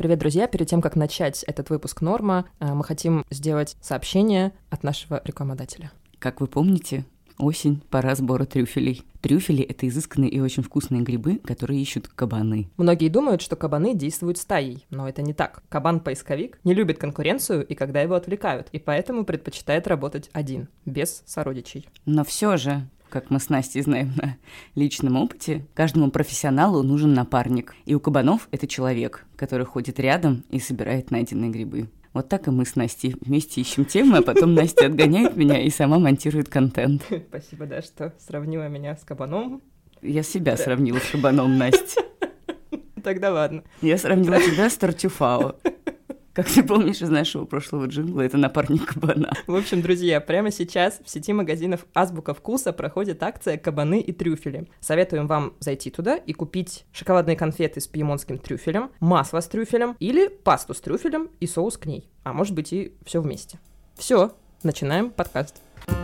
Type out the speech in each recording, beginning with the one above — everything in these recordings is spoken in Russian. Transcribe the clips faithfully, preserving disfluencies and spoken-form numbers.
Привет, друзья! Перед тем, как начать этот выпуск «Норма», мы хотим сделать сообщение от нашего рекламодателя. Как вы помните, осень, пора сбора трюфелей. Трюфели – это изысканные и очень вкусные грибы, которые ищут кабаны. Многие думают, что кабаны действуют стаей, но это не так. Кабан-поисковик не любит конкуренцию и когда его отвлекают, и поэтому предпочитает работать один, без сородичей. Но все же, как мы с Настей знаем на личном опыте, каждому профессионалу нужен напарник. И у кабанов это человек, который ходит рядом и собирает найденные грибы. Вот так и мы с Настей вместе ищем темы, а потом Настя отгоняет меня и сама монтирует контент. Спасибо, да, что сравнила меня с кабаном. Я себя да. сравнила с кабаном, Настя. Тогда ладно. Я сравнила тебя с Тартюфао. Как ты помнишь из нашего прошлого джингла, это напарник кабана. В общем, друзья, прямо сейчас в сети магазинов «Азбука вкуса» проходит акция «Кабаны и трюфели». Советуем вам зайти туда и купить шоколадные конфеты с пьемонтским трюфелем, масло с трюфелем или пасту с трюфелем и соус к ней. А может быть и все вместе. Все, начинаем подкаст.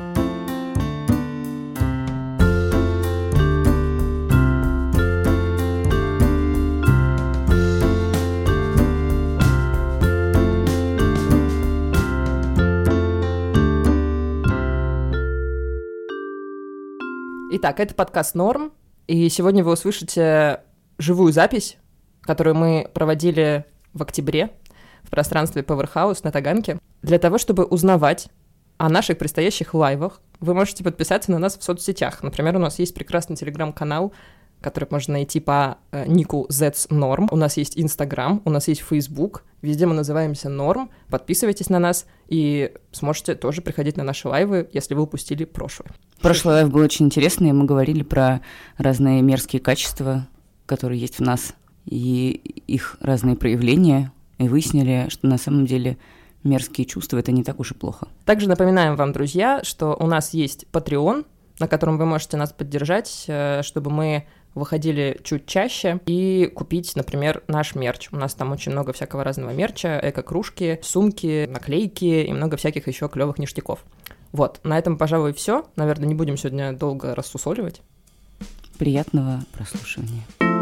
Итак, это подкаст «Норм», и сегодня вы услышите живую запись, которую мы проводили в октябре в пространстве Powerhouse на Таганке. Для того, чтобы узнавать о наших предстоящих лайвах, вы можете подписаться на нас в соцсетях. Например, у нас есть прекрасный телеграм-канал, который можно найти по э, нику That's Norm. У нас есть Инстаграм, у нас есть Фейсбук. Везде мы называемся Норм. Подписывайтесь на нас и сможете тоже приходить на наши лайвы, если вы упустили прошлый. Прошлый лайв был очень интересный. Мы говорили про разные мерзкие качества, которые есть в нас, и их разные проявления, и выяснили, что на самом деле мерзкие чувства – это не так уж и плохо. Также напоминаем вам, друзья, что у нас есть Patreon, на котором вы можете нас поддержать, чтобы мы выходили чуть чаще и купить, например, наш мерч. У нас там очень много всякого разного мерча, эко-кружки, сумки, наклейки и много всяких еще клевых ништяков. Вот, на этом, пожалуй, все. Наверное, не будем сегодня долго рассусоливать. Приятного прослушивания.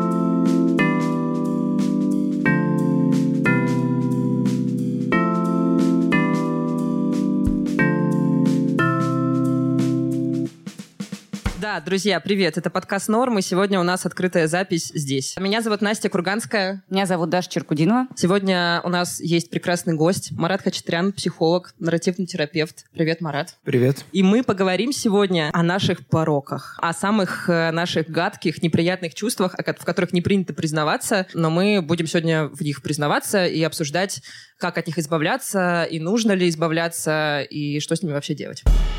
Да, друзья, привет, это подкаст «Норм», и сегодня у нас открытая запись здесь. Меня зовут Настя Курганская. Меня зовут Даша Черкудинова. Сегодня у нас есть прекрасный гость, Марат Хачатрян, психолог, нарративный терапевт. Привет, Марат. Привет. И мы поговорим сегодня о наших пороках, о самых наших гадких, неприятных чувствах, в которых не принято признаваться, но мы будем сегодня в них признаваться и обсуждать, как от них избавляться, и нужно ли избавляться, и что с ними вообще делать.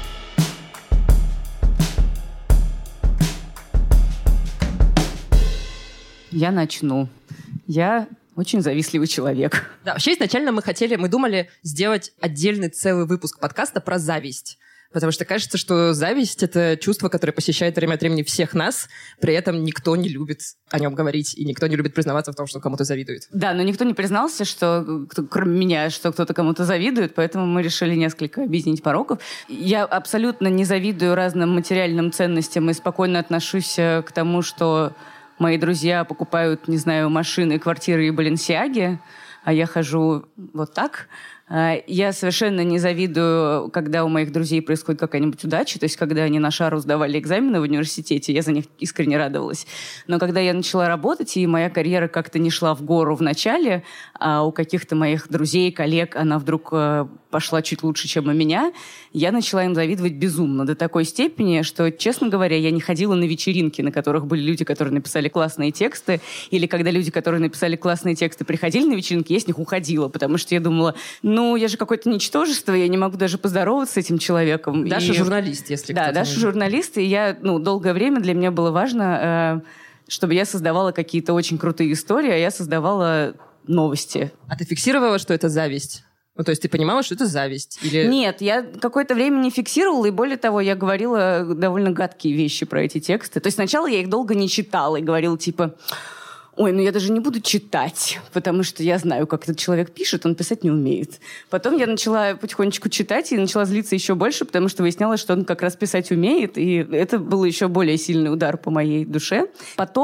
Я начну. Я очень завистливый человек. Да, вообще изначально мы хотели, мы думали сделать отдельный целый выпуск подкаста про зависть. Потому что кажется, что зависть — это чувство, которое посещает время от времени всех нас, при этом никто не любит о нем говорить, и никто не любит признаваться в том, что кому-то завидует. Да, но никто не признался, что, кроме меня, что кто-то кому-то завидует, поэтому мы решили несколько объяснить пороков. Я абсолютно не завидую разным материальным ценностям и спокойно отношусь к тому, что мои друзья покупают, не знаю, машины, квартиры и баленсиаги, а я хожу вот так. Я совершенно не завидую, когда у моих друзей происходит какая-нибудь удача. То есть, когда они на шару сдавали экзамены в университете, я за них искренне радовалась. Но когда я начала работать, и моя карьера как-то не шла в гору в начале, а у каких-то моих друзей, коллег она вдруг пошла чуть лучше, чем у меня, я начала им завидовать безумно. До такой степени, что, честно говоря, я не ходила на вечеринки, на которых были люди, которые написали классные тексты, или когда люди, которые написали классные тексты, приходили на вечеринки, я с них уходила, потому что я думала, ну, я же какое-то ничтожество, я не могу даже поздороваться с этим человеком. Даша и... журналист, если да, кто-то... Да, Даша не... журналист, и я, ну, долгое время для меня было важно, э, чтобы я создавала какие-то очень крутые истории, а я создавала новости. А ты фиксировала, что это зависть? Ну, то есть ты понимала, что это зависть? Или... Нет, я какое-то время не фиксировала, и более того, я говорила довольно гадкие вещи про эти тексты. То есть сначала я их долго не читала и говорила типа... Ой, ну я даже не буду читать, потому что я знаю, как этот человек пишет, он писать не умеет. Потом я начала потихонечку читать и начала злиться еще больше, потому что выяснялось, что он как раз писать умеет, и это был еще более сильный удар по моей душе. Потом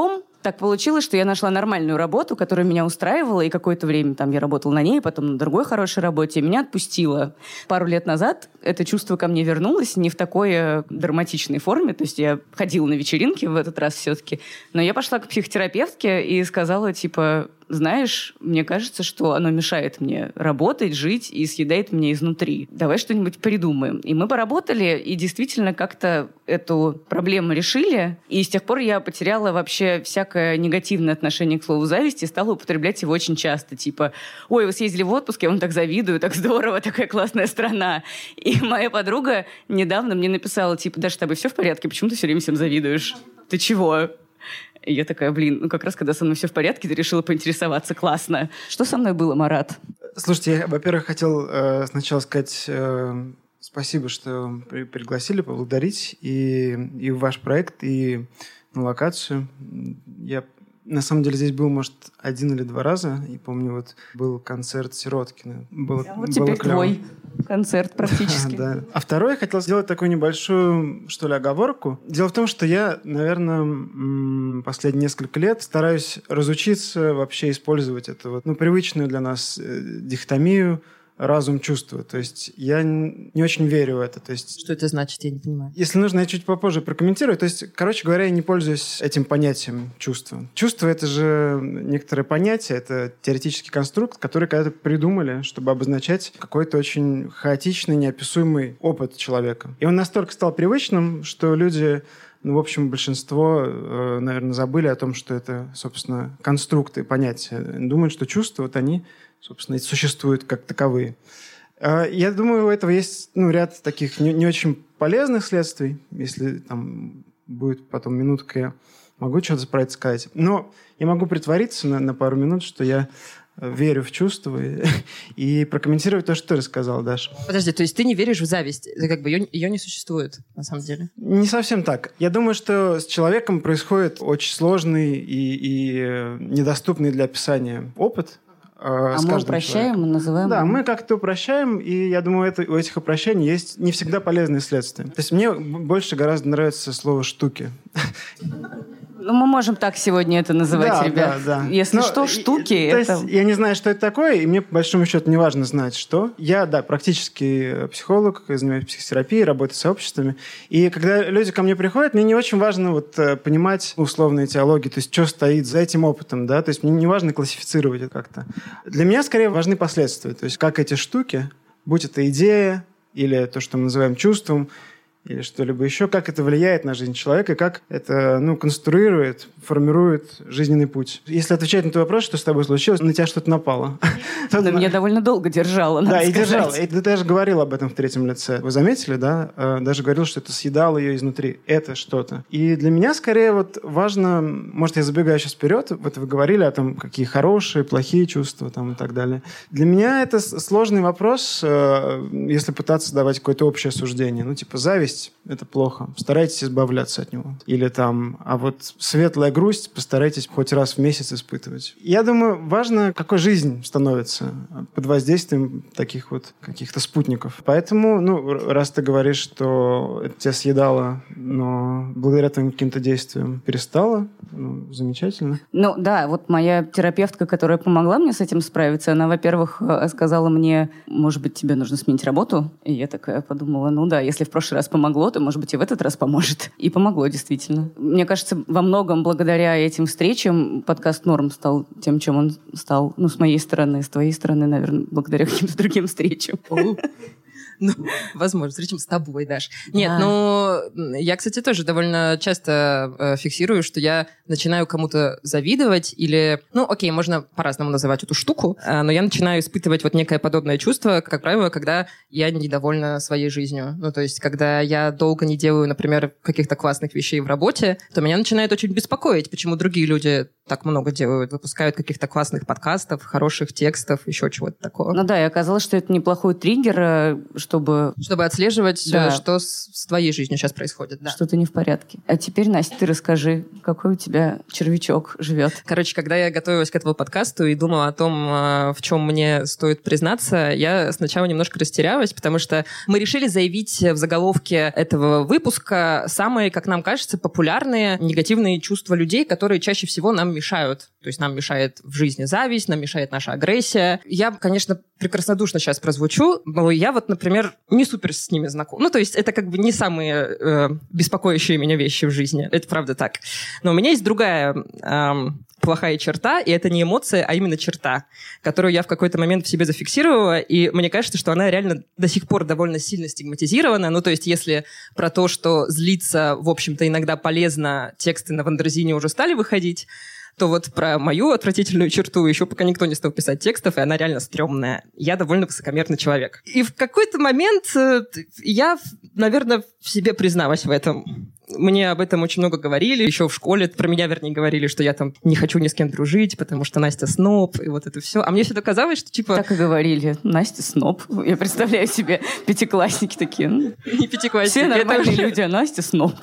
Так получилось, что я нашла нормальную работу, которая меня устраивала, и какое-то время там я работала на ней, потом на другой хорошей работе, и меня отпустило. Пару лет назад это чувство ко мне вернулось, не в такой драматичной форме, то есть я ходила на вечеринки в этот раз все-таки, но я пошла к психотерапевтке и сказала, типа, знаешь, мне кажется, что оно мешает мне работать, жить и съедает меня изнутри. Давай что-нибудь придумаем. И мы поработали, и действительно как-то эту проблему решили. И с тех пор я потеряла вообще всякое негативное отношение к слову «зависть» и стала употреблять его очень часто. Типа, ой, вы съездили в отпуск, я вам так завидую, так здорово, такая классная страна. И моя подруга недавно мне написала, типа, Даша, с тобой все в порядке? Почему ты все время всем завидуешь? Ты чего? И я такая, блин, ну как раз когда со мной все в порядке, ты решила поинтересоваться. Классно. Что со мной было, Марат? Слушайте, я, во-первых, хотел э, сначала сказать э, спасибо, что при- пригласили, поблагодарить и, и в ваш проект, и на локацию. Я на самом деле здесь был, может, один или два раза. И помню, вот был концерт Сироткина. Было, а вот теперь клево. Твой концерт практически. Да. А второе, я хотел сделать такую небольшую, что ли, оговорку. Дело в том, что я, наверное, последние несколько лет стараюсь разучиться вообще использовать эту вот, ну, привычную для нас дихотомию разум, чувство. То есть я не очень верю в это. То есть, что это значит? Я не понимаю. Если нужно, я чуть попозже прокомментирую. То есть, короче говоря, я не пользуюсь этим понятием чувства. Чувство — это же некоторое понятие, это теоретический конструкт, который когда-то придумали, чтобы обозначать какой-то очень хаотичный, неописуемый опыт человека. И он настолько стал привычным, что люди... Ну, в общем, большинство, э, наверное, забыли о том, что это, собственно, конструкты, понятия. Думают, что чувства, вот они, собственно, и существуют как таковые. Э, я думаю, у этого есть, ну, ряд таких не, не очень полезных следствий. Если там будет потом минутка, я могу что-то про это сказать. Но я могу притвориться на, на пару минут, что я верю в чувства и, и прокомментировать то, что ты рассказал, Даша. Подожди, то есть ты не веришь в зависть? Это как бы ее, ее не существует, на самом деле? Не совсем так. Я думаю, что с человеком происходит очень сложный и, и недоступный для описания опыт. А мы упрощаем, мы называем... Да, мы как-то упрощаем, и я думаю, это, у этих упрощений есть не всегда полезные следствия. То есть мне больше гораздо нравится слово «штуки». Ну, мы можем так сегодня это называть, да, ребят. Да, да. Если Но, что, штуки... И, это... То есть я не знаю, что это такое, и мне, по большому счету, не важно знать, что. Я, да, практически психолог, занимаюсь психотерапией, работаю с сообществами. И когда люди ко мне приходят, мне не очень важно вот, понимать условные теологии, то есть что стоит за этим опытом, да, то есть мне не важно классифицировать это как-то. Для меня, скорее, важны последствия, то есть как эти штуки, будь это идея или то, что мы называем чувством, или что-либо еще, как это влияет на жизнь человека, как это, ну, конструирует, формирует жизненный путь. Если отвечать на твой вопрос, что с тобой случилось, на тебя что-то напало. На меня довольно долго держало, надо сказать. Да, и держала. И ты даже говорил об этом в третьем лице. Вы заметили, да? Даже говорил, что это съедало ее изнутри. Это что-то. И для меня, скорее, вот важно, может, я забегаю сейчас вперед, вот вы говорили о том, какие хорошие, плохие чувства там и так далее. Для меня это сложный вопрос, если пытаться давать какое-то общее суждение. Ну, типа, зависть — это плохо. Старайтесь избавляться от него. Или там, а вот светлая грусть постарайтесь хоть раз в месяц испытывать. Я думаю, важно, какой жизнь становится под воздействием таких вот каких-то спутников. Поэтому, ну, раз ты говоришь, что это тебя съедало, но благодаря твоим каким-то действиям перестало, ну, замечательно. Ну, да, вот моя терапевтка, которая помогла мне с этим справиться, она, во-первых, сказала мне, может быть, тебе нужно сменить работу? И я такая подумала, ну да, если в прошлый раз помогло, то, может быть, и в этот раз поможет. И помогло, действительно. Мне кажется, во многом благодаря этим встречам подкаст «Норм» стал тем, чем он стал. Ну, с моей стороны, с твоей стороны, наверное, благодаря каким-то другим встречам. Ну, возможно, встречам с тобой, Даш. Нет, да. Ну, я, кстати, тоже довольно часто э, фиксирую, что я начинаю кому-то завидовать или... Ну, окей, можно по-разному называть эту штуку, э, но я начинаю испытывать вот некое подобное чувство, как правило, когда я недовольна своей жизнью. Ну, то есть, когда я долго не делаю, например, каких-то классных вещей в работе, то меня начинает очень беспокоить, почему другие люди так много делают, выпускают каких-то классных подкастов, хороших текстов, еще чего-то такого. Ну да, и оказалось, что это неплохой триггер, что чтобы... Чтобы отслеживать, да. что с, с твоей жизнью сейчас происходит. Да. Что-то не в порядке. А теперь, Настя, ты расскажи, какой у тебя червячок живет. Короче, когда я готовилась к этому подкасту и думала о том, в чем мне стоит признаться, я сначала немножко растерялась, потому что мы решили заявить в заголовке этого выпуска самые, как нам кажется, популярные негативные чувства людей, которые чаще всего нам мешают. То есть нам мешает в жизни зависть, нам мешает наша агрессия. Я, конечно, прекраснодушно сейчас прозвучу, но я вот, например, не супер с ними знаком. Ну, то есть это как бы не самые э, беспокоящие меня вещи в жизни. Это правда так. Но у меня есть другая э, плохая черта, и это не эмоция, а именно черта, которую я в какой-то момент в себе зафиксировала, и мне кажется, что она реально до сих пор довольно сильно стигматизирована. Ну, то есть если про то, что злиться, в общем-то, иногда полезно, тексты на Вандерзине уже стали выходить, то вот про мою отвратительную черту еще пока никто не стал писать текстов, и она реально стрёмная. Я довольно высокомерный человек. И в какой-то момент я, наверное, в себе призналась в этом. Мне об этом очень много говорили. Еще в школе про меня, вернее, говорили, что я там не хочу ни с кем дружить, потому что Настя сноб, и вот это все. А мне всегда казалось, что типа... Так и говорили. Настя сноб. Я представляю себе пятиклассники такие. Не пятиклассники. Все нормальные люди, а Настя сноб.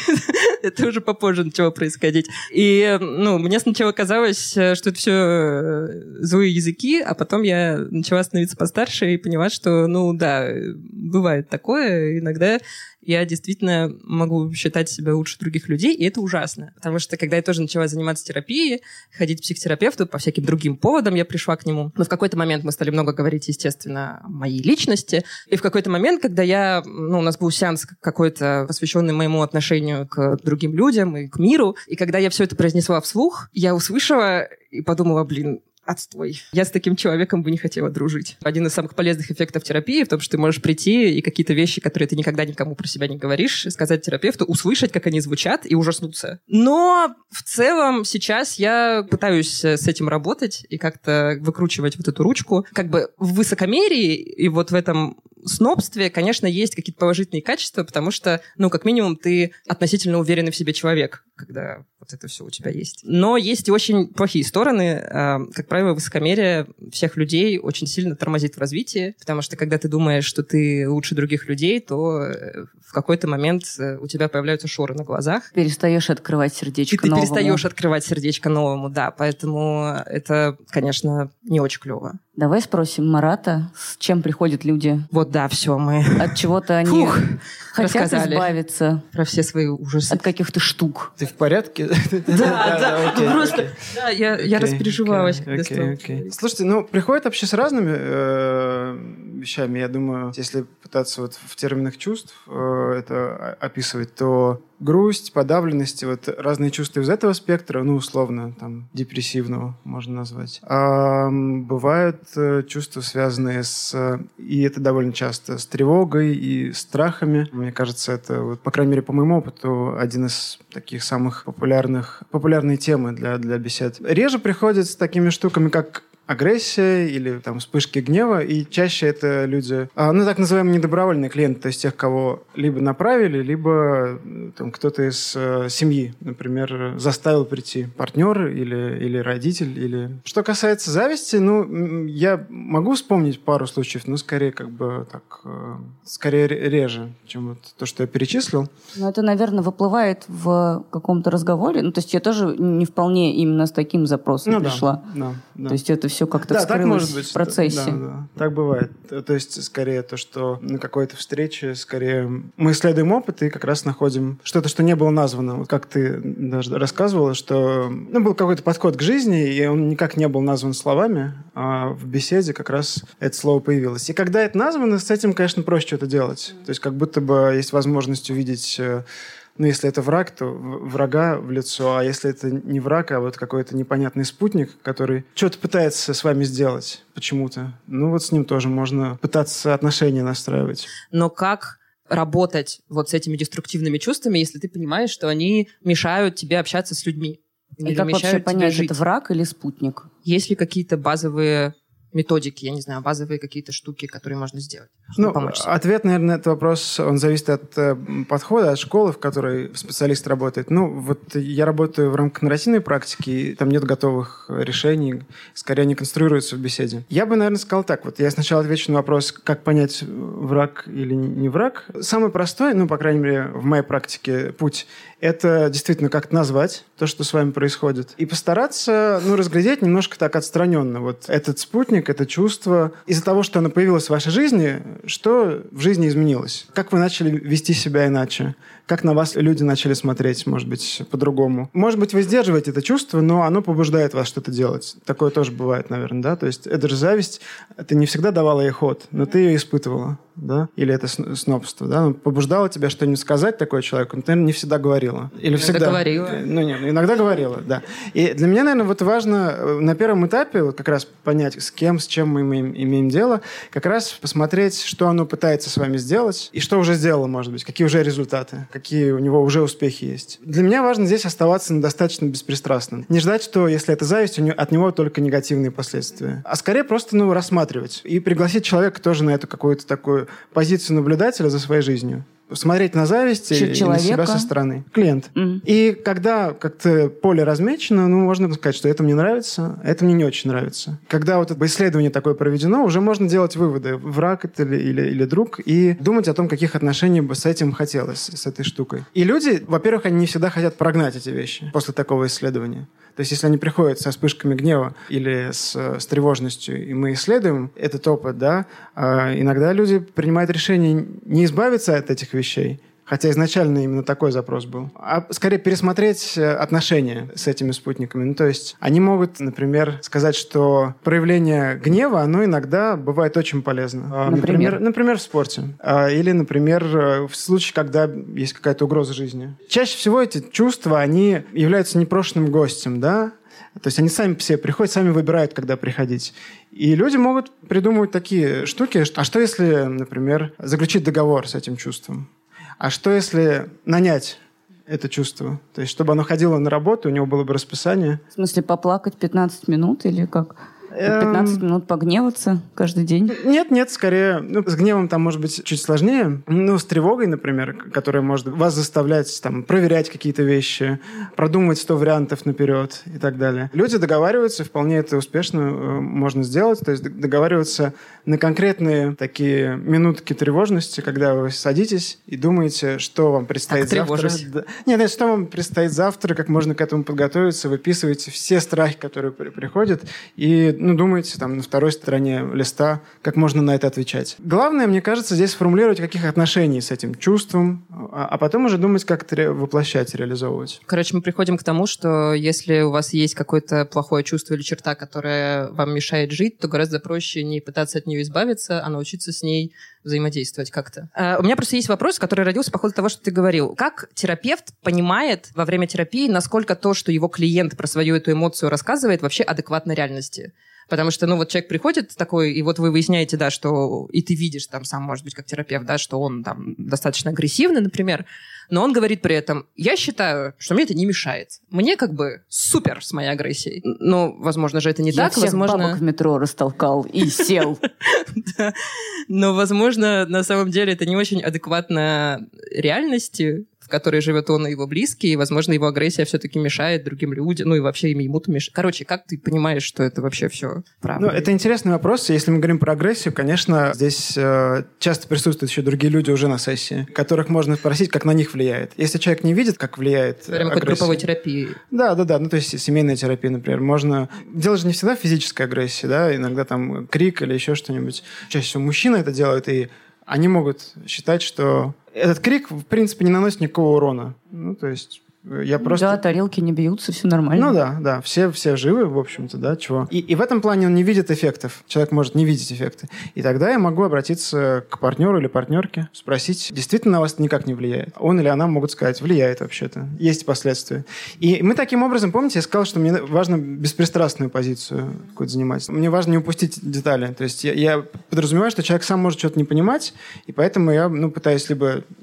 Это уже попозже начало происходить. И, ну, мне сначала казалось, что это все злые языки, а потом я начала становиться постарше и поняла, что, ну, да, бывает такое. Иногда я действительно могу считать себя лучше других людей, и это ужасно. Потому что, когда я тоже начала заниматься терапией, ходить к психотерапевту по всяким другим поводам, я пришла к нему. Но в какой-то момент мы стали много говорить, естественно, о моей личности. И в какой-то момент, когда я... Ну, у нас был сеанс какой-то, посвященный моему отношению к другим людям и к миру, и когда я все это произнесла вслух, я услышала и подумала, блин, отстой. Я с таким человеком бы не хотела дружить. Один из самых полезных эффектов терапии в том, что ты можешь прийти и какие-то вещи, которые ты никогда никому про себя не говоришь, сказать терапевту, услышать, как они звучат, и ужаснуться. Но в целом сейчас я пытаюсь с этим работать и как-то выкручивать вот эту ручку. Как бы в высокомерии и вот в этом снобстве, конечно, есть какие-то положительные качества, потому что, ну, как минимум, ты относительно уверенный в себе человек, когда вот это все у тебя есть. Но есть и очень плохие стороны. Как правило, высокомерие всех людей очень сильно тормозит в развитии, потому что когда ты думаешь, что ты лучше других людей, то в какой-то момент у тебя появляются шоры на глазах. Перестаешь открывать сердечко новому. И ты перестаешь открывать сердечко новому, да. Поэтому это, конечно, не очень клево. Давай спросим Марата, с чем приходят люди. Вот да, все, мы... От чего-то они Фух, хотят рассказали избавиться. Про все свои ужасы. От каких-то штук. Ты в порядке? Да, да, просто... Да, я распереживалась. Слушайте, ну, приходят вообще с разными вещами. Я думаю, если пытаться вот в терминах чувств это описывать, то грусть, подавленность, вот разные чувства из этого спектра, ну, условно, там, депрессивного можно назвать. А бывают чувства, связанные с, и это довольно часто, с тревогой и страхами. Мне кажется, это, вот, по крайней мере, по моему опыту, один из таких самых популярных, популярные темы для, для бесед. Реже приходят с такими штуками, как агрессия или там вспышки гнева, и чаще это люди, ну, так называемые недобровольные клиенты, то есть тех, кого либо направили, либо там кто-то из э, семьи, например, заставил прийти партнер или, или родитель. Или... Что касается зависти, ну, я могу вспомнить пару случаев, но скорее как бы так, э, скорее реже, чем вот то, что я перечислил. Ну, это, наверное, выплывает в каком-то разговоре, ну, то есть я тоже не вполне именно с таким запросом ну, пришла. Да, да, да. То есть это все как-то да, вскрылось так может быть, в процессе. Да, да, так бывает. То есть, скорее, то, что на какой-то встрече, скорее, мы исследуем опыт и как раз находим что-то, что не было названо. Вот как ты даже рассказывала, что ну, был какой-то подход к жизни, и он никак не был назван словами, а в беседе как раз это слово появилось. И когда это названо, с этим, конечно, проще что-то делать. То есть, как будто бы есть возможность увидеть... Ну, если это враг, то врага в лицо, а если это не враг, а вот какой-то непонятный спутник, который что-то пытается с вами сделать почему-то, ну, вот с ним тоже можно пытаться отношения настраивать. Но как работать вот с этими деструктивными чувствами, если ты понимаешь, что они мешают тебе общаться с людьми? И как вообще понять, это враг или спутник? Есть ли какие-то базовые методики, я не знаю, базовые какие-то штуки, которые можно сделать, чтобы ну, помочь себе? Ответ, наверное, на этот вопрос, он зависит от э, подхода, от школы, в которой специалист работает. Ну, вот я работаю в рамках нарративной практики, и там нет готовых решений, скорее они конструируются в беседе. Я бы, наверное, сказал так. Вот я сначала отвечу на вопрос, как понять, враг или не враг. Самый простой, ну, по крайней мере, в моей практике путь – это действительно как-то назвать то, что с вами происходит, и постараться, ну, разглядеть немножко так отстраненно. Вот этот спутник, это чувство, из-за того, что оно появилось в вашей жизни, что в жизни изменилось? Как вы начали вести себя иначе? Как на вас люди начали смотреть, может быть, по-другому? Может быть, вы сдерживаете это чувство, но оно побуждает вас что-то делать. Такое тоже бывает, наверное, да? То есть это же зависть, ты не всегда давала ей ход, но ты ее испытывала, да? Или это снобство, да? Ну, побуждало тебя что-нибудь сказать такое человеку, но ты, наверное, не всегда говорила. Или иногда всегда говорила. Ну, нет, иногда говорила, да. И для меня, наверное, вот важно на первом этапе вот как раз понять, с кем, с чем мы имеем, имеем дело, как раз посмотреть, что оно пытается с вами сделать, и что уже сделало, может быть, какие уже результаты, какие у него уже успехи есть. Для меня важно здесь оставаться достаточно беспристрастным. Не ждать, что если это зависть, у него, от него только негативные последствия. А скорее просто, ну, рассматривать. И пригласить человека тоже на эту какую-то такую позицию наблюдателя за своей жизнью. Смотреть на зависть и на себя со стороны. Клиент. Mm. И когда как-то поле размечено, ну, можно сказать, что это мне нравится, а это мне не очень нравится. Когда вот это исследование такое проведено, уже можно делать выводы, враг это или, или, или друг, и думать о том, каких отношений бы с этим хотелось, с этой штукой. И люди, во-первых, они не всегда хотят прогнать эти вещи после такого исследования. То есть, если они приходят со вспышками гнева или с, с тревожностью, и мы исследуем этот опыт, да, э, иногда люди принимают решение не избавиться от этих вещей, хотя изначально именно такой запрос был, а скорее пересмотреть отношения с этими спутниками. Ну, то есть они могут, например, сказать, что проявление гнева, оно иногда бывает очень полезно. Например? Например, например в спорте. Или, например, в случае, когда есть какая-то угроза жизни. Чаще всего эти чувства, они являются непрошенным гостем, да? То есть они сами по себе приходят, сами выбирают, когда приходить. И люди могут придумывать такие штуки. А что, если, например, заключить договор с этим чувством? А что, если нанять это чувство? То есть, чтобы оно ходило на работу, у него было бы расписание. В смысле, поплакать пятнадцать минут или как? пятнадцать минут погневаться каждый день? Нет, нет, скорее, ну, с гневом там может быть чуть сложнее. Ну, с тревогой, например, которая может вас заставлять там, проверять какие-то вещи, продумывать сто вариантов наперед и так далее. Люди договариваются, вполне это успешно э, можно сделать, то есть договариваться на конкретные такие минутки тревожности, когда вы садитесь и думаете, что вам предстоит так, завтра. Да. Нет, нет, что вам предстоит завтра, как можно к этому подготовиться, выписываете все страхи, которые при- приходят, и ну, думаете там на второй стороне листа, как можно на это отвечать. Главное, мне кажется, здесь сформулировать, каких отношений с этим чувством, а, а потом уже думать, как это ре- воплощать, реализовывать. Короче, мы приходим к тому, что если у вас есть какое-то плохое чувство или черта, которая вам мешает жить, то гораздо проще не пытаться от нее избавиться, а научиться с ней взаимодействовать как-то. А, у меня просто есть вопрос, который родился по ходу того, что ты говорил. Как терапевт понимает во время терапии, насколько то, что его клиент про свою эту эмоцию рассказывает, вообще адекватно реальности? Потому что, ну, вот человек приходит такой, и вот вы выясняете, да, что... И ты видишь там сам, может быть, как терапевт, да, что он там достаточно агрессивный, например, но он говорит при этом, я считаю, что мне это не мешает. Мне как бы супер с моей агрессией. Но, возможно же, это не я так. всех возможно... бабок в метро растолкал и сел. Но, возможно, на самом деле это не очень адекватно реальности, в которой живет он и его близкие, и, возможно, его агрессия все-таки мешает другим людям, ну и вообще им ему-то мешает. Короче, как ты понимаешь, что это вообще все правда? Ну, это интересный вопрос. Если мы говорим про агрессию, конечно, здесь э, часто присутствуют еще другие люди уже на сессии, которых можно спросить, как на них влияет. Если человек не видит, как влияет во время какой-то групповой терапии. Да, да, да. Ну, то есть семейная терапия, например. Можно... Дело же не всегда в физической агрессии, да, иногда там крик или еще что-нибудь. Чаще всего мужчины это делают, и они могут считать, что этот крик, в принципе, не наносит никакого урона. Ну, то есть... Я просто... Да, тарелки не бьются, все нормально. Ну да, да, все, все живы, в общем-то, да, чего. И, и в этом плане он не видит эффектов. Человек может не видеть эффекты. И тогда я могу обратиться к партнеру или партнерке, спросить, действительно на вас это никак не влияет. Он или она могут сказать, влияет вообще-то, есть последствия. И мы таким образом, помните, я сказал, что мне важно беспристрастную позицию какую-то занимать. Мне важно не упустить детали. То есть я, я подразумеваю, что человек сам может что-то не понимать, и поэтому я ну, пытаюсь либо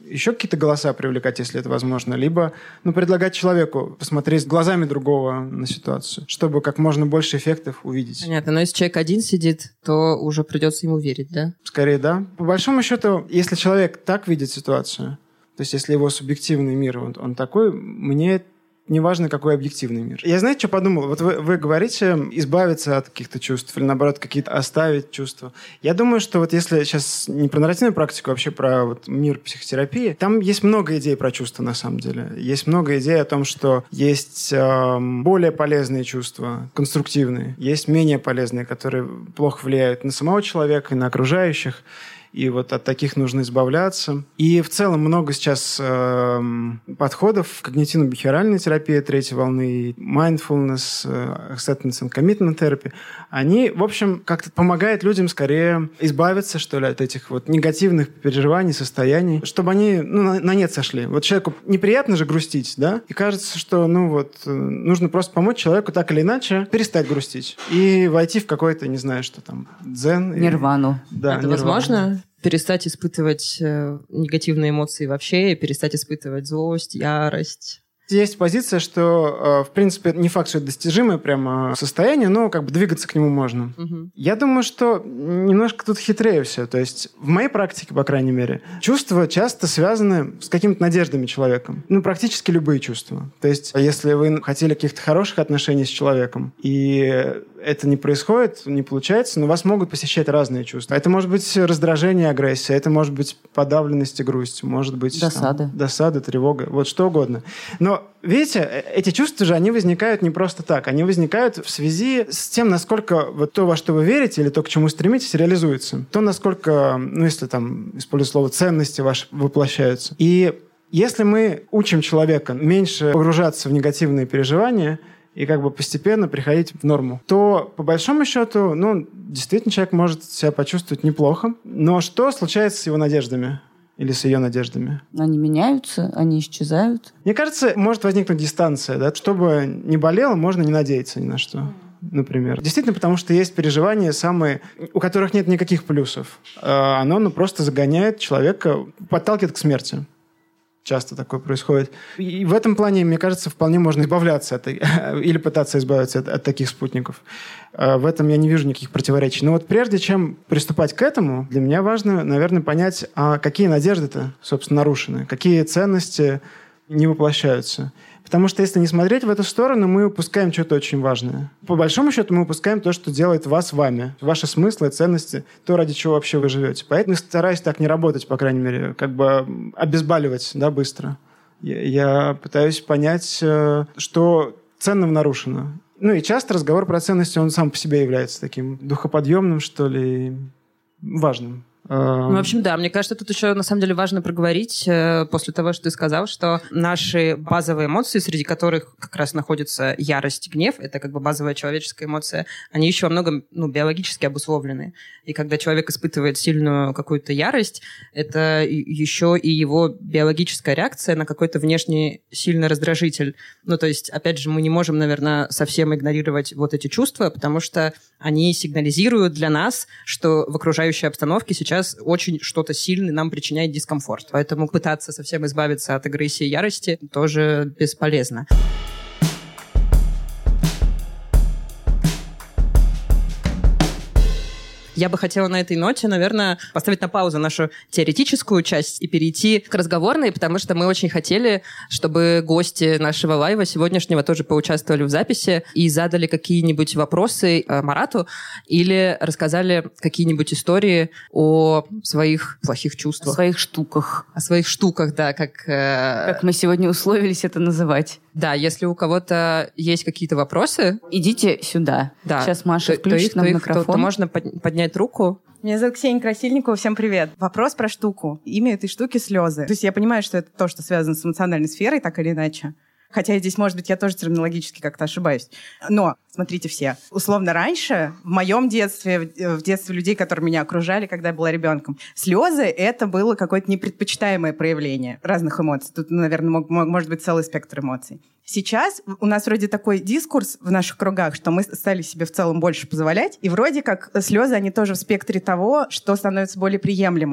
еще какие-то голоса привлекать, если это возможно, либо ну, предлагать человеку посмотреть глазами другого на ситуацию, чтобы как можно больше эффектов увидеть. Понятно, но если человек один сидит, то уже придется ему верить, да? Скорее, да. По большому счету, если человек так видит ситуацию, то есть если его субъективный мир, он, он такой, мне неважно, какой объективный мир. Я, знаете, что подумал? Вот вы, вы говорите избавиться от каких-то чувств или, наоборот, какие-то оставить чувства. Я думаю, что вот если сейчас не про нарративную практику, а вообще про вот мир психотерапии, там есть много идей про чувства, на самом деле. Есть много идей о том, что есть э, более полезные чувства, конструктивные, есть менее полезные, которые плохо влияют на самого человека и на окружающих. И вот от таких нужно избавляться. И в целом много сейчас э, подходов когнитивно-бихевиоральной терапии третьей волны, mindfulness, acceptance and commitment therapy. Они, в общем, как-то помогают людям скорее избавиться, что ли, от этих вот негативных переживаний, состояний, чтобы они ну, на, на нет сошли. Вот человеку неприятно же грустить, да? И кажется, что ну вот нужно просто помочь человеку так или иначе перестать грустить и войти в какой-то, не знаю, что там, дзен. Нирвану. Да, это нирвану. Возможно? Перестать испытывать э, негативные эмоции вообще, перестать испытывать злость, ярость. Есть позиция, что, в принципе, не факт, что это достижимое прямо состояние, но как бы двигаться к нему можно. Угу. Я думаю, что немножко тут хитрее все. То есть в моей практике, по крайней мере, чувства часто связаны с какими-то надеждами человека. Ну, практически любые чувства. То есть если вы хотели каких-то хороших отношений с человеком, и это не происходит, не получается, но вас могут посещать разные чувства. Это может быть раздражение, агрессия, это может быть подавленность и грусть, может быть... Досада. Там, досада, тревога, вот что угодно. Но видите, эти чувства же, они возникают не просто так. Они возникают в связи с тем, насколько вот то, во что вы верите, или то, к чему стремитесь, реализуется. То, насколько, ну, если там, использую слово, ценности ваши воплощаются. И если мы учим человека меньше погружаться в негативные переживания и как бы постепенно приходить в норму, то, по большому счету, ну, действительно, человек может себя почувствовать неплохо. Но что случается с его надеждами? Или с ее надеждами? Они меняются, они исчезают. Мне кажется, может возникнуть дистанция, да? Чтобы не болело, можно не надеяться ни на что, например. Действительно, потому что есть переживания самые, у которых нет никаких плюсов. Оно ну, просто загоняет человека, подталкивает к смерти. Часто такое происходит. И в этом плане, мне кажется, вполне можно избавляться от, или пытаться избавиться от, от таких спутников. В этом я не вижу никаких противоречий. Но вот прежде чем приступать к этому, для меня важно, наверное, понять, а какие надежды-то, собственно, нарушены, какие ценности не воплощаются. Потому что если не смотреть в эту сторону, мы упускаем что-то очень важное. По большому счету мы упускаем то, что делает вас вами. Ваши смыслы, ценности, то, ради чего вообще вы живете. Поэтому стараюсь так не работать, по крайней мере, как бы обезболивать, да, быстро. Я, я пытаюсь понять, что ценного нарушено. Ну и часто разговор про ценности, он сам по себе является таким духоподъемным, что ли, важным. Ну, в общем, да, мне кажется, тут еще на самом деле важно проговорить э, после того, что ты сказал, что наши базовые эмоции, среди которых как раз находится ярость, гнев, это как бы базовая человеческая эмоция, они еще во многом ну, биологически обусловлены. И когда человек испытывает сильную какую-то ярость, это еще и его биологическая реакция на какой-то внешний сильный раздражитель. Ну, то есть, опять же, мы не можем, наверное, совсем игнорировать вот эти чувства, потому что они сигнализируют для нас, что в окружающей обстановке сейчас очень что-то сильное нам причиняет дискомфорт. Поэтому пытаться совсем избавиться от агрессии и ярости тоже бесполезно. Я бы хотела на этой ноте, наверное, поставить на паузу нашу теоретическую часть и перейти к разговорной, потому что мы очень хотели, чтобы гости нашего лайва сегодняшнего тоже поучаствовали в записи и задали какие-нибудь вопросы Марату или рассказали какие-нибудь истории о своих плохих чувствах. О своих штуках. О своих штуках, да, как... Как мы сегодня условились это называть. Да, если у кого-то есть какие-то вопросы... Идите сюда. Да. Сейчас Маша то, включит то нам их, микрофон. То, то можно поднять руку. Меня зовут Ксения Красильникова, всем привет. Вопрос про штуку. Имя этой штуки — слезы. То есть я понимаю, что это то, что связано с эмоциональной сферой, так или иначе. Хотя здесь, может быть, я тоже терминологически как-то ошибаюсь. Но, смотрите все, условно раньше, в моем детстве, в детстве людей, которые меня окружали, когда я была ребенком, слезы — это было какое-то непредпочитаемое проявление разных эмоций. Тут, наверное, мог, может быть целый спектр эмоций. Сейчас у нас вроде такой дискурс в наших кругах, что мы стали себе в целом больше позволять, и вроде как слезы, они тоже в спектре того, что становится более приемлемым.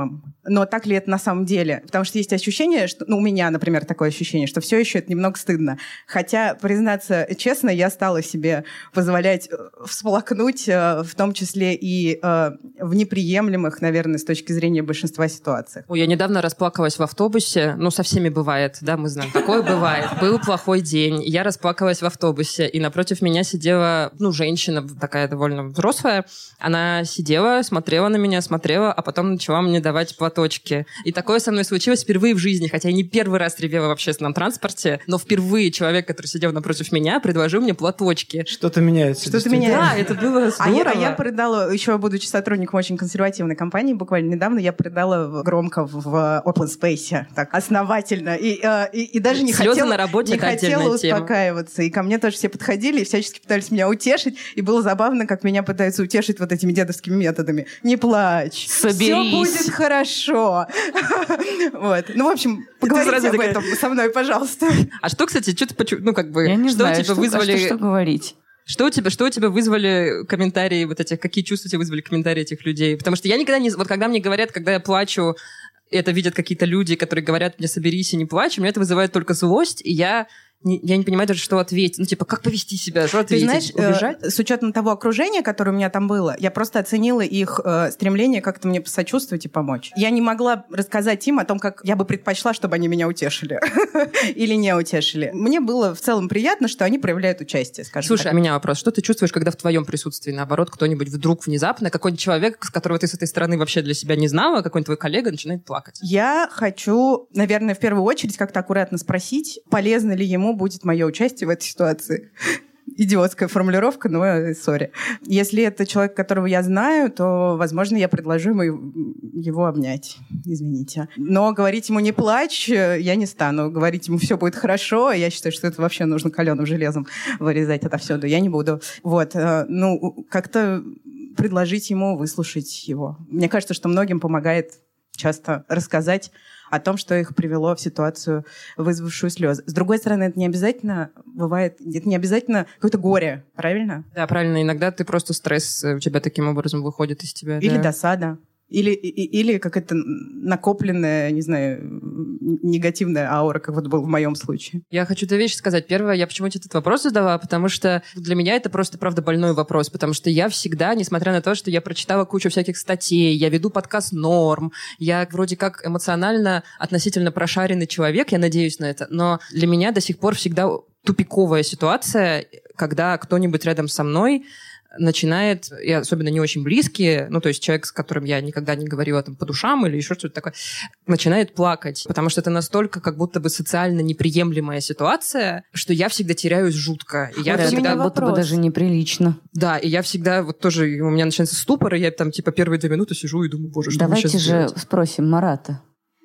Но так ли это на самом деле? Потому что есть ощущение, что, ну, у меня, например, такое ощущение, что все еще это немного стыдно. Хотя, признаться честно, я стала себе позволять всплакнуть, в том числе и в неприемлемых, наверное, с точки зрения большинства ситуациях. Ой, я недавно расплакалась в автобусе. Ну, со всеми бывает, да, мы знаем. Такое бывает. Был плохой день. Я расплакалась в автобусе, и напротив меня сидела, ну, женщина такая довольно взрослая. Она сидела, смотрела на меня, смотрела, а потом начала мне давать платочки. И такое со мной случилось впервые в жизни, хотя я не первый раз ревела в общественном транспорте, но впервые человек, который сидел напротив меня, предложил мне платочки. Что-то меняется. Что-то меняется. Да, это было здорово. А я, а я порыдала, еще будучи сотрудником очень консервативной компании, буквально недавно я порыдала громко в open space, так, основательно. И, и, и даже не Слезы хотела, на работе не хотела тема. успокаиваться. И ко мне тоже все подходили и всячески пытались меня утешить. И было забавно, как меня пытаются утешить вот этими дедовскими методами. Не плачь. Соберись. Все будет хорошо. Вот. Ну, в общем, поговорите об этом со мной, пожалуйста. А что, кстати, что ты почу... Ну, как бы... Я не что знаю, у тебя что, вызвали... а что, что говорить? Что у тебя, что у тебя вызвали комментарии вот этих, какие чувства у тебя вызвали комментарии этих людей? Потому что я никогда не... Вот когда мне говорят, когда я плачу, это видят какие-то люди, которые говорят мне «соберись и не плачь», у меня это вызывает только злость, и я... Не, я не понимаю даже, что ответить. Ну, типа, как повести себя, что ответить? Ты знаешь, убежать? Э, с учетом того окружения, которое у меня там было, я просто оценила их э, стремление как-то мне посочувствовать и помочь. Я не могла рассказать им о том, как я бы предпочла, чтобы они меня утешили или не утешили. Мне было в целом приятно, что они проявляют участие, скажем Слушай, так. а у меня вопрос. Что ты чувствуешь, когда в твоем присутствии, наоборот, кто-нибудь вдруг внезапно, какой-нибудь человек, с которого ты с этой стороны вообще для себя не знала, какой-нибудь твой коллега начинает плакать? Я хочу, наверное, в первую очередь как-то аккуратно спросить, полезно ли ему будет мое участие в этой ситуации. Идиотская формулировка, но сори. Если это человек, которого я знаю, то, возможно, я предложу ему его обнять. Извините. Но говорить ему «не плачь» я не стану. Говорить ему «все будет хорошо». Я считаю, что это вообще нужно каленым железом вырезать отовсюду. Я не буду. Вот. Ну, как-то предложить ему выслушать его. Мне кажется, что многим помогает часто рассказать о том, что их привело в ситуацию, вызвавшую слезы. С другой стороны, это не обязательно бывает, это не обязательно какое-то горе, правильно? Да, правильно. Иногда ты просто стресс у тебя таким образом выходит из тебя. Или да. досада. Или, и, или какая-то накопленная, не знаю, негативная аура, как вот было в моем случае. Я хочу две вещи сказать. Первое, я почему тебе этот вопрос задала, потому что для меня это просто, правда, больной вопрос, потому что я всегда, несмотря на то, что я прочитала кучу всяких статей, я веду подкаст «Норм», я вроде как эмоционально относительно прошаренный человек, я надеюсь на это, но для меня до сих пор всегда тупиковая ситуация, когда кто-нибудь рядом со мной начинает, и особенно не очень близкие, ну, то есть человек, с которым я никогда не говорила там по душам или еще что-то такое, начинает плакать, потому что это настолько как будто бы социально неприемлемая ситуация, что я всегда теряюсь жутко. И я это всегда... как будто бы даже неприлично. Да, и я всегда вот тоже, у меня начинается ступор, и я там типа первые две минуты сижу и думаю, боже, что Давайте сейчас же делать? Спросим Марата.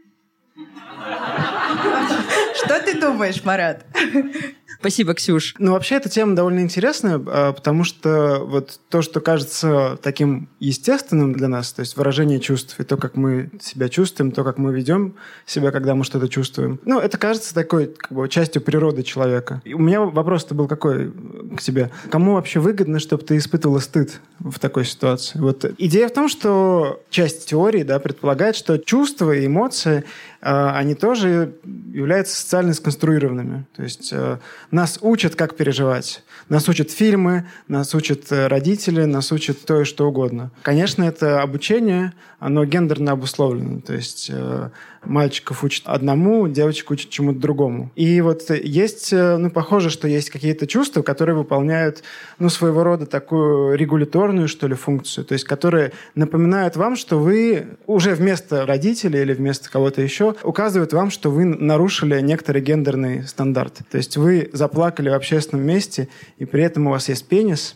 Что ты думаешь, Марат? Спасибо, Ксюш. Ну, вообще, эта тема довольно интересная, потому что вот то, что кажется таким естественным для нас, то есть выражение чувств, и то, как мы себя чувствуем, то, как мы ведем себя, когда мы что-то чувствуем, ну, это кажется такой как бы частью природы человека. И у меня вопрос-то был какой к тебе. Кому вообще выгодно, чтобы ты испытывала стыд в такой ситуации? Вот идея в том, что часть теории, да, предполагает, что чувства и эмоции, они тоже являются социально сконструированными. То есть нас учат, как переживать. Нас учат фильмы, нас учат родители, нас учат то и что угодно. Конечно, это обучение, оно гендерно обусловлено. То есть мальчиков учат одному, девочек учат чему-то другому. И вот есть, ну, похоже, что есть какие-то чувства, которые выполняют, ну, своего рода такую регуляторную, что ли, функцию. То есть которые напоминают вам, что вы уже вместо родителей или вместо кого-то еще указывают вам, что вы нарушили некоторый гендерный стандарт. То есть вы заплакали в общественном месте, и при этом у вас есть пенис.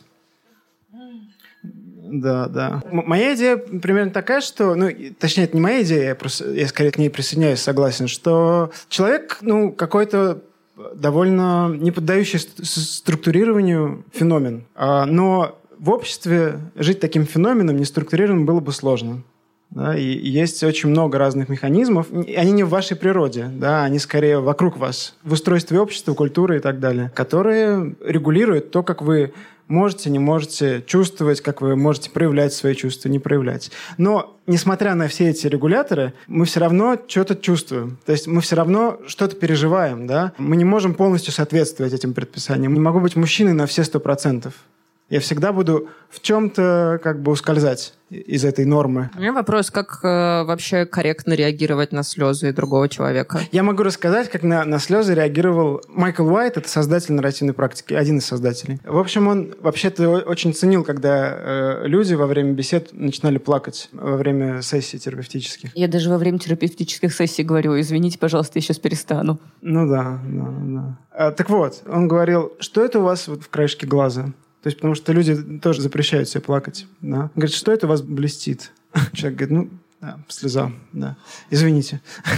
Да, да. М- моя идея примерно такая, что... Ну, точнее, это не моя идея, я, просто, я скорее к ней присоединяюсь, согласен, что человек, ну, какой-то довольно не поддающий структурированию феномен. А, но в обществе жить таким феноменом неструктурированным было бы сложно. Да, и есть очень много разных механизмов. Они не в вашей природе, да, они скорее вокруг вас, в устройстве общества, культуры и так далее, которые регулируют то, как вы можете, не можете чувствовать, как вы можете проявлять свои чувства, не проявлять. Но, несмотря на все эти регуляторы, мы все равно что-то чувствуем. То есть мы все равно что-то переживаем, да? Мы не можем полностью соответствовать этим предписаниям. Не могу быть мужчиной на все сто процентов. Я всегда буду в чем-то как бы ускользать из этой нормы. У меня вопрос, как э, вообще корректно реагировать на слезы другого человека? Я могу рассказать, как на, на слезы реагировал Майкл Уайт, это создатель нарративной практики, один из создателей. В общем, он вообще-то очень ценил, когда э, люди во время бесед начинали плакать во время сессий терапевтических. Я даже во время терапевтических сессий говорю: извините, пожалуйста, я сейчас перестану. Ну да, да, да. А, так вот, он говорил, что это у вас вот в краешке глаза? То есть, потому что люди тоже запрещают себе плакать. Да? Он говорит, что это у вас блестит? Человек говорит, ну, да, слеза, да. Извините.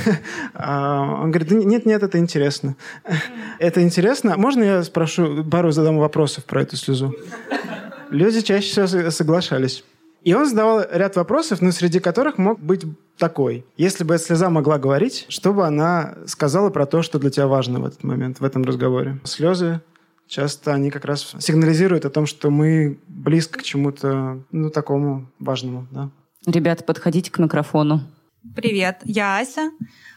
Он говорит, нет, нет, это интересно. Это интересно. Можно я спрошу, пару задам вопросов про эту слезу? Люди чаще всего соглашались. И он задавал ряд вопросов, но среди которых мог быть такой. Если бы эта слеза могла говорить, что бы она сказала про то, что для тебя важно в этот момент, в этом разговоре? Слезы часто они как раз сигнализируют о том, что мы близко к чему-то, ну, такому важному, да. Ребята, подходите к микрофону. Привет, я Ася.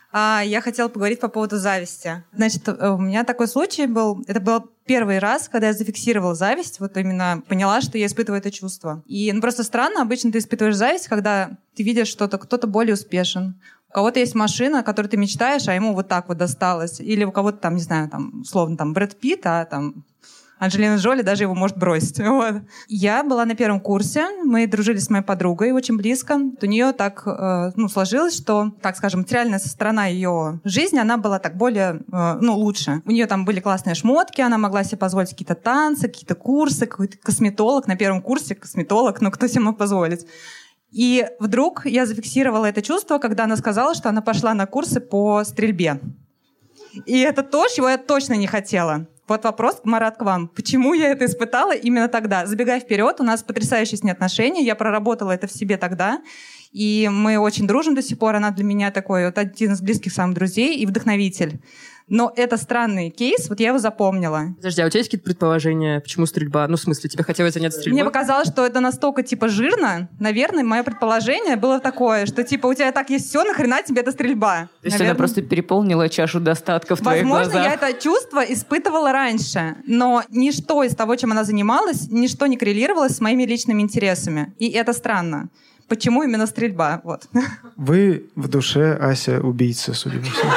Я хотела поговорить по поводу зависти. Значит, у меня такой случай был. Это был первый раз, когда я зафиксировала зависть, вот именно поняла, что я испытываю это чувство. И ну, просто странно, обычно ты испытываешь зависть, когда ты видишь что-то, кто-то более успешен. У кого-то есть машина, о которой ты мечтаешь, а ему вот так вот досталось. Или у кого-то там, не знаю, там, условно, там, Брэд Питт, а там Анджелина Джоли даже его может бросить. Вот. Я была на первом курсе, мы дружили с моей подругой очень близко. У нее так э, ну, сложилось, что, так скажем, материальная сторона ее жизни, она была так более, э, ну, лучше. У нее там были классные шмотки, она могла себе позволить какие-то танцы, какие-то курсы, какой-то косметолог на первом курсе, косметолог, ну, кто себе мог позволить. И вдруг я зафиксировала это чувство, когда она сказала, что она пошла на курсы по стрельбе. И это то, чего я точно не хотела. Вот вопрос, Марат, к вам. Почему я это испытала именно тогда? Забегая вперед, у нас потрясающие с ней отношения. Я проработала это в себе тогда. И мы очень дружим до сих пор. Она для меня такой вот один из близких самых друзей и вдохновитель. Но это странный кейс, вот я его запомнила. Подожди, а у тебя есть какие-то предположения, почему стрельба? Ну, в смысле, тебе хотелось заняться стрельбой? Мне показалось, что это настолько, типа, жирно. Наверное, мое предположение было такое, что, типа, у тебя так есть все, нахрена тебе эта стрельба? То есть Наверное, она просто переполнила чашу достатка в твоих глазах. Возможно, я это чувство испытывала раньше, но ничто из того, чем она занималась, ничто не коррелировалось с моими личными интересами. И это странно. Почему именно стрельба? Вот. Вы в душе, Ася, убийца, судя по всему.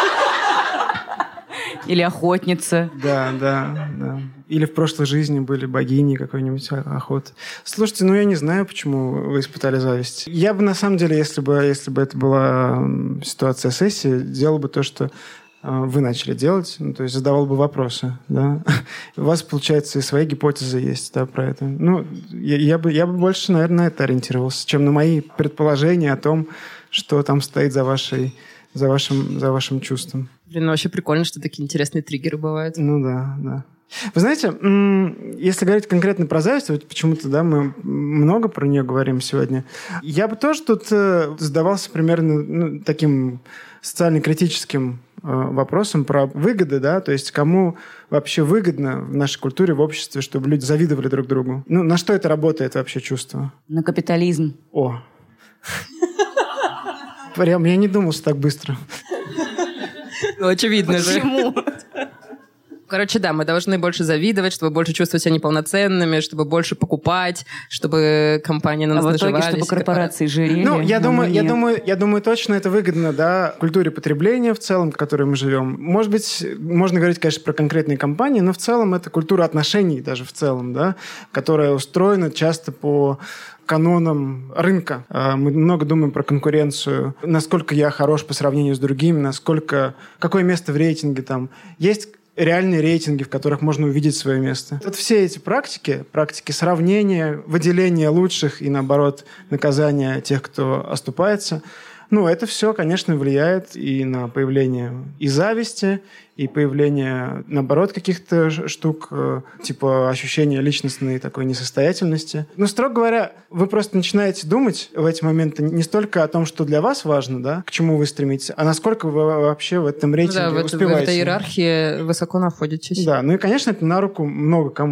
Или охотница. Да, да, да. Или в прошлой жизни были богини какой-нибудь охоты. Слушайте, ну я не знаю, почему вы испытали зависть. Я бы, на самом деле, если бы, если бы это была ситуация сессии, делал бы то, что вы начали делать, ну, то есть задавал бы вопросы, да. У вас, получается, и свои гипотезы есть, да, про это. Ну, я, я, бы, я бы больше, наверное, на это ориентировался, чем на мои предположения о том, что там стоит за вашей За вашим, за вашим чувством. Блин, ну вообще прикольно, что такие интересные триггеры бывают. Ну да, да. Вы знаете, если говорить конкретно про зависть, вот почему-то, да, мы много про нее говорим сегодня, я бы тоже тут задавался примерно ну, таким социально-критическим вопросом про выгоды, да, то есть кому вообще выгодно в нашей культуре, в обществе, чтобы люди завидовали друг другу. Ну, на что это работает вообще чувство? На капитализм. О. Прям я не думал, что так быстро. Ну, очевидно же. Почему? Короче, да, мы должны больше завидовать, чтобы больше чувствовать себя неполноценными, чтобы больше покупать, чтобы компании на нас а наживались. А в итоге, чтобы корпорации жирели. Ну, я думаю, я, думаю, я думаю, точно это выгодно, да, культуре потребления в целом, в которой мы живем. Может быть, можно говорить, конечно, про конкретные компании, но в целом это культура отношений даже в целом, да, которая устроена часто по канонам рынка. Мы много думаем про конкуренцию, насколько я хорош по сравнению с другими, насколько, какое место в рейтинге там. Есть реальные рейтинги, в которых можно увидеть свое место. Вот все эти практики, практики сравнения, выделения лучших и, наоборот, наказания тех, кто оступается, ну, это все, конечно, влияет и на появление и зависти, и появление, наоборот, каких-то штук, типа ощущения личностной такой несостоятельности. Но, строго говоря, вы просто начинаете думать в эти моменты не столько о том, что для вас важно, да, к чему вы стремитесь, а насколько вы вообще в этом рейтинге да, в успеваете. Да, в этой иерархии высоко находитесь. Да, ну и, конечно, это на руку много кому.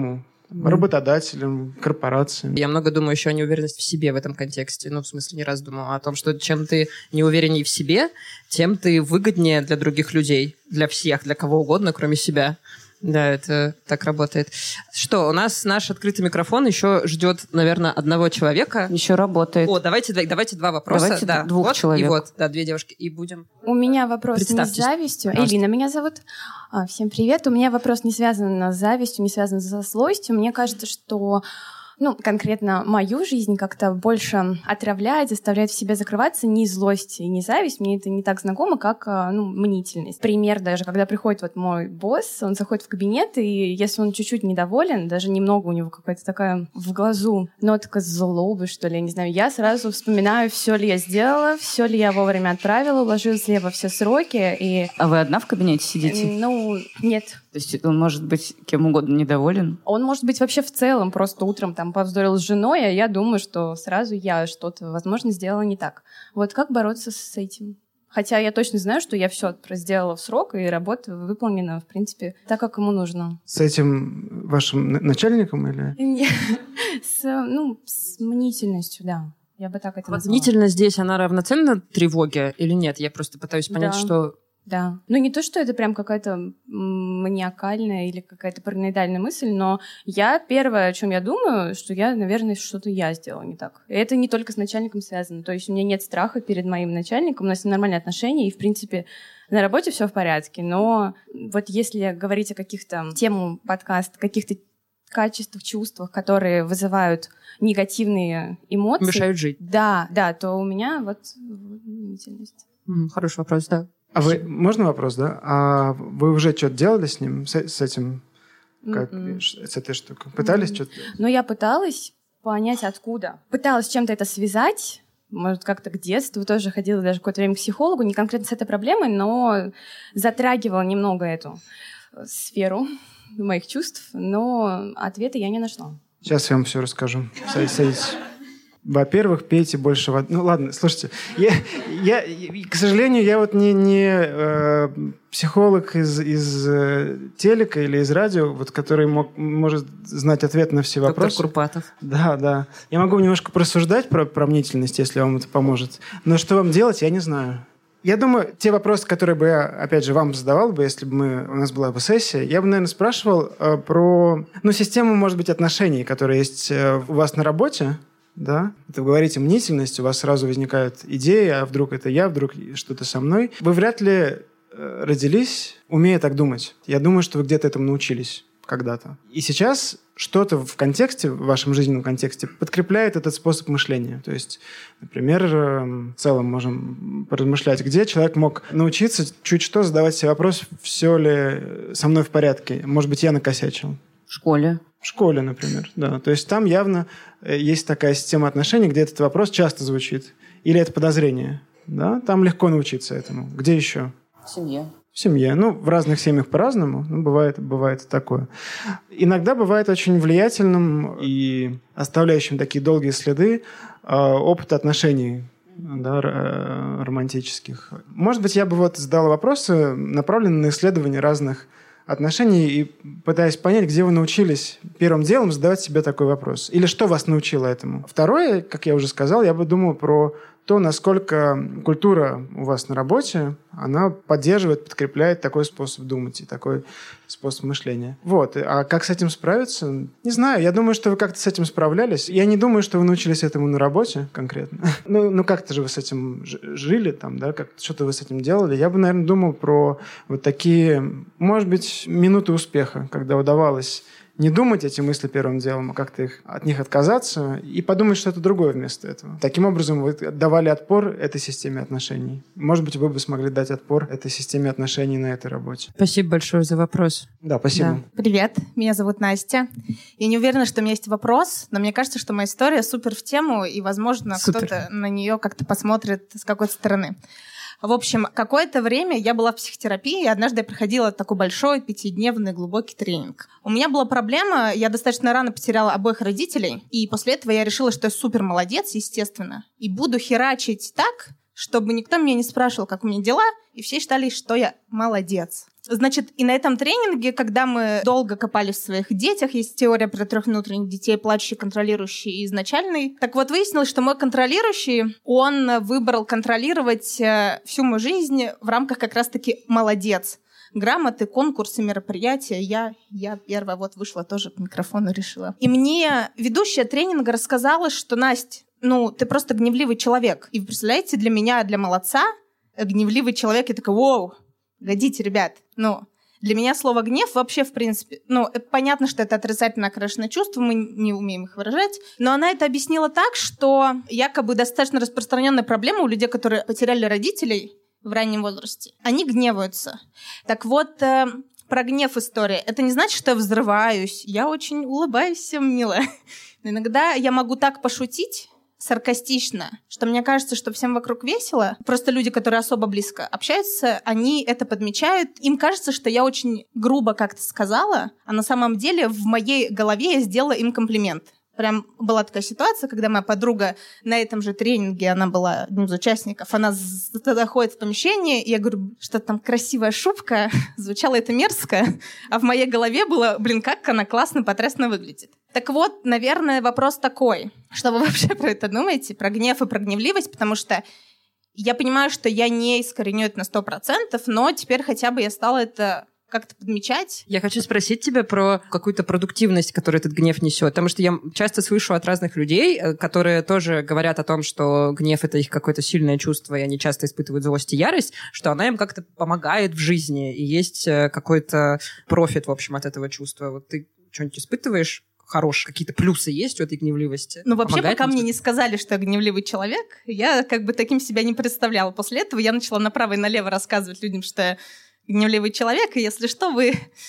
mm. работодателям, корпорациям. Я много думаю еще о неуверенности в себе в этом контексте. Ну, в смысле, не раз думала о том, что чем ты неувереннее в себе, тем ты выгоднее для других людей, для всех, для кого угодно, кроме себя. Да, это так работает. Что, у нас наш открытый микрофон еще ждет, наверное, одного человека. Еще работает. О, давайте, давайте два вопроса. Давайте да. двух вот, человек. И вот, да, две девушки. И будем... У меня вопрос не с завистью. Пожалуйста. Элина меня зовут. А, всем привет. У меня вопрос не связан с завистью, не связан со злостью. Мне кажется, что... Ну, конкретно мою жизнь как-то больше отравляет, заставляет в себе закрываться не злость и не зависть. Мне это не так знакомо, как, ну, мнительность. Пример даже, когда приходит вот мой босс, он заходит в кабинет, и если он чуть-чуть недоволен, даже немного у него какая-то такая в глазу нотка злобы, что ли, я не знаю, я сразу вспоминаю, все ли я сделала, все ли я вовремя отправила, уложилась ли я во все сроки. И... А вы одна в кабинете сидите? Ну, нет. То есть он может быть кем угодно недоволен? Он может быть вообще в целом, просто утром там повздорил с женой, а я думаю, что сразу я что-то, возможно, сделала не так. Вот как бороться с этим? Хотя я точно знаю, что я все сделала в срок, и работа выполнена, в принципе, так, как ему нужно. С этим вашим начальником или? С, ну, с мнительностью, да. Я бы так это назвала. Мнительность здесь, она равноценна тревоге или нет? Я просто пытаюсь понять, да. что... Да. Ну, не то, что это прям какая-то маниакальная или какая-то параноидальная мысль, но я первое, о чем я думаю, что я, наверное, что-то я сделала не так. И это не только с начальником связано. То есть у меня нет страха перед моим начальником, у нас нормальные отношения, и, в принципе, на работе все в порядке. Но вот если говорить о каких-то тему подкаста, каких-то качествах, чувствах, которые вызывают негативные эмоции... Мешают жить. Да, да, то у меня вот мнительность. Mm, хороший вопрос, да. А вы, можно вопрос, да? А вы уже что-то делали с ним, с, с этим, как, mm-hmm. с этой штукой? Пытались mm-hmm. что-то? Ну, я пыталась понять, откуда. Пыталась чем-то это связать, может, как-то к детству. Тоже ходила даже какое-то время к психологу, не конкретно с этой проблемой, но затрагивала немного эту сферу моих чувств, но ответа я не нашла. Сейчас я вам все расскажу. Садитесь. Во-первых, пейте больше воды. Ну ладно, слушайте, я, я, к сожалению, я вот не, не э, психолог из, из э, телека или из радио, вот, который мог, может знать ответ на все вопросы. Доктор Курпатов. Да, да. Я могу немножко просуждать про, про мнительность, если вам это поможет. Но что вам делать, я не знаю. Я думаю, те вопросы, которые бы я, опять же, вам задавал бы, если бы мы, у нас была бы сессия, я бы, наверное, спрашивал э, про ну, систему, может быть, отношений, которые есть э, у вас на работе. Да? Это вы говорите мнительность, у вас сразу возникает идея, а вдруг это я, вдруг что-то со мной. Вы вряд ли э, родились, умея так думать. Я думаю, что вы где-то этому научились когда-то. И сейчас что-то в контексте, в вашем жизненном контексте, подкрепляет этот способ мышления. То есть, например, в целом можем поразмышлять, где человек мог научиться чуть что задавать себе вопрос, все ли со мной в порядке. Может быть, я накосячил. В школе. В школе, например, да. То есть там явно есть такая система отношений, где этот вопрос часто звучит. Или это подозрение. Да? Там легко научиться этому. Где еще? В семье. В семье. Ну, в разных семьях по-разному. Ну, бывает, бывает такое. Иногда бывает очень влиятельным и оставляющим такие долгие следы э, опыт отношений, да, э, романтических. Может быть, я бы вот задал вопросы, направленные на исследование разных отношений и пытаясь понять, где вы научились первым делом задавать себе такой вопрос. Или что вас научило этому. Второе, как я уже сказал, я бы думал про то, насколько культура у вас на работе, она поддерживает, подкрепляет такой способ думать и такой способ мышления. Вот. А как с этим справиться? Не знаю. Я думаю, что вы как-то с этим справлялись. Я не думаю, что вы научились этому на работе конкретно. Ну, ну как-то же вы с этим жили, там, да? Как что-то вы с этим делали. Я бы, наверное, думал про вот такие, может быть, минуты успеха, когда удавалось не думать эти мысли первым делом, а как-то их, от них отказаться и подумать что-то другое вместо этого. Таким образом, вы давали отпор этой системе отношений. Может быть, вы бы смогли дать отпор этой системе отношений на этой работе. Спасибо большое за вопрос. Да, спасибо. Да. Привет, меня зовут Настя. Я не уверена, что у меня есть вопрос, но мне кажется, что моя история супер в тему, и, возможно, супер. Кто-то на нее как-то посмотрит с какой-то стороны. В общем, какое-то время я была в психотерапии, и однажды я проходила такой большой пятидневный глубокий тренинг. У меня была проблема, я достаточно рано потеряла обоих родителей, и после этого я решила, что я супер молодец, естественно, и буду херачить так, чтобы никто меня не спрашивал, как у меня дела, и все считали, что я молодец. Значит, и на этом тренинге, когда мы долго копались в своих детях, есть теория про трех внутренних детей, плачущий, контролирующий и изначальный. Так вот, выяснилось, что мой контролирующий, он выбрал контролировать всю мою жизнь в рамках как раз-таки «молодец». Грамоты, конкурсы, мероприятия. Я, я первая вот вышла тоже к микрофону, решила. И мне ведущая тренинга рассказала, что, Настя, ну, ты просто гневливый человек. И вы представляете, для меня, для молодца, гневливый человек, я такая, воу, годите, ребят. Ну, для меня слово «гнев» вообще, в принципе... Ну, понятно, что это отрицательно окрашенное чувство, мы не умеем их выражать. Но она это объяснила так, что якобы достаточно распространенная проблема у людей, которые потеряли родителей в раннем возрасте. Они гневаются. Так вот, э, про гнев история. Это не значит, что я взрываюсь. Я очень улыбаюсь всем, мило. Но иногда я могу так пошутить... саркастично, что мне кажется, что всем вокруг весело. Просто люди, которые особо близко общаются, они это подмечают. Им кажется, что я очень грубо как-то сказала, а на самом деле в моей голове я сделала им комплимент. Прям была такая ситуация, когда моя подруга на этом же тренинге, она была одним из участников, она заходит в помещение, и я говорю, что там красивая шубка, звучало это мерзко, а в моей голове было, блин, как она классно, потрясно выглядит. Так вот, наверное, вопрос такой, что вы вообще про это думаете, про гнев и про гневливость, потому что я понимаю, что я не искореню это на сто процентов, но теперь хотя бы я стала это... как-то подмечать. Я хочу спросить тебя про какую-то продуктивность, которую этот гнев несет. Потому что я часто слышу от разных людей, которые тоже говорят о том, что гнев — это их какое-то сильное чувство, и они часто испытывают злость и ярость, что она им как-то помогает в жизни, и есть какой-то профит, в общем, от этого чувства. Вот ты что-нибудь испытываешь? Хорошие какие-то плюсы есть у этой гневливости? Ну, вообще, помогает пока мне не сказали, что я гневливый человек, я как бы таким себя не представляла. После этого я начала направо и налево рассказывать людям, что я гневливый человек, и если что, вы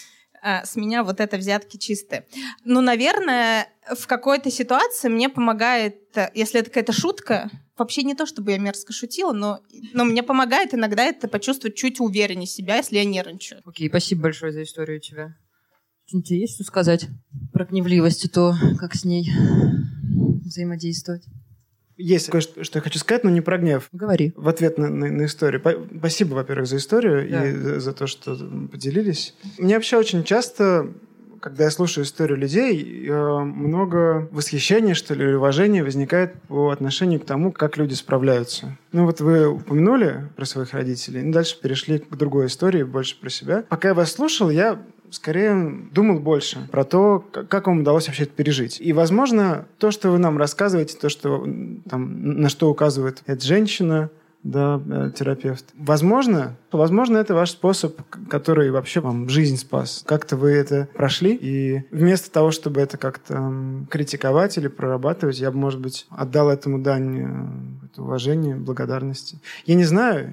а, с меня вот это взятки чистые. Ну, наверное, в какой-то ситуации мне помогает, если это какая-то шутка, вообще не то, чтобы я мерзко шутила, но, но мне помогает иногда это почувствовать чуть увереннее себя, если я нервничаю. Окей, спасибо большое за историю у тебя. Что-нибудь есть что сказать про гневливость и то, как с ней взаимодействовать? Есть кое-что, что я хочу сказать, но не про гнев. Говори. В ответ на, на, на историю. Спасибо, во-первых, за историю да. и за, за то, что поделились. Мне вообще очень часто, когда я слушаю историю людей, много восхищения, что ли, или уважения возникает по отношению к тому, как люди справляются. Ну вот вы упомянули про своих родителей, и дальше перешли к другой истории, больше про себя. Пока я вас слушал, я... скорее думал больше про то, как вам удалось вообще это пережить. И, возможно, то, что вы нам рассказываете, то, что, там, на что указывает эта женщина, да, терапевт, возможно, возможно, это ваш способ, который вообще вам жизнь спас. Как-то вы это прошли, и вместо того, чтобы это как-то критиковать или прорабатывать, я бы, может быть, отдал этому дань уважения, благодарности. Я не знаю,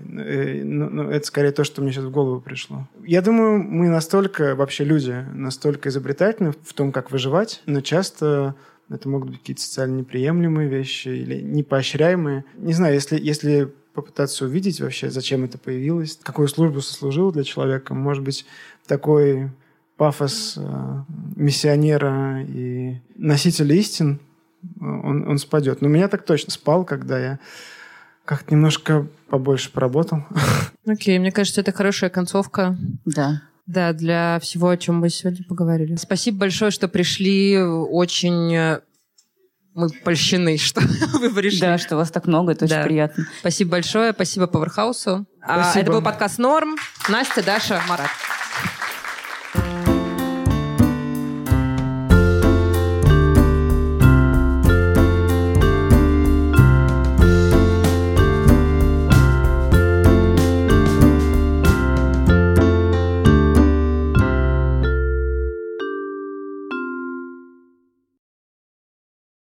но это скорее то, что мне сейчас в голову пришло. Я думаю, мы настолько, вообще люди, настолько изобретательны в том, как выживать, но часто это могут быть какие-то социально неприемлемые вещи или непоощряемые. Не знаю, если, если попытаться увидеть вообще, зачем это появилось, какую службу сослужило для человека, может быть, такой пафос э, миссионера и носителя истин, он, он спадет. Но меня так точно спал, когда я как-то немножко побольше поработал. Окей, okay, мне кажется, это хорошая концовка. Да. Да, для всего, о чем мы сегодня поговорили. Спасибо большое, что пришли. Очень мы польщены, что вы пришли. Да, что вас так много, это да. Очень приятно. Спасибо большое, спасибо Powerhouse. А, это был подкаст «Норм». Настя, Даша, Марат.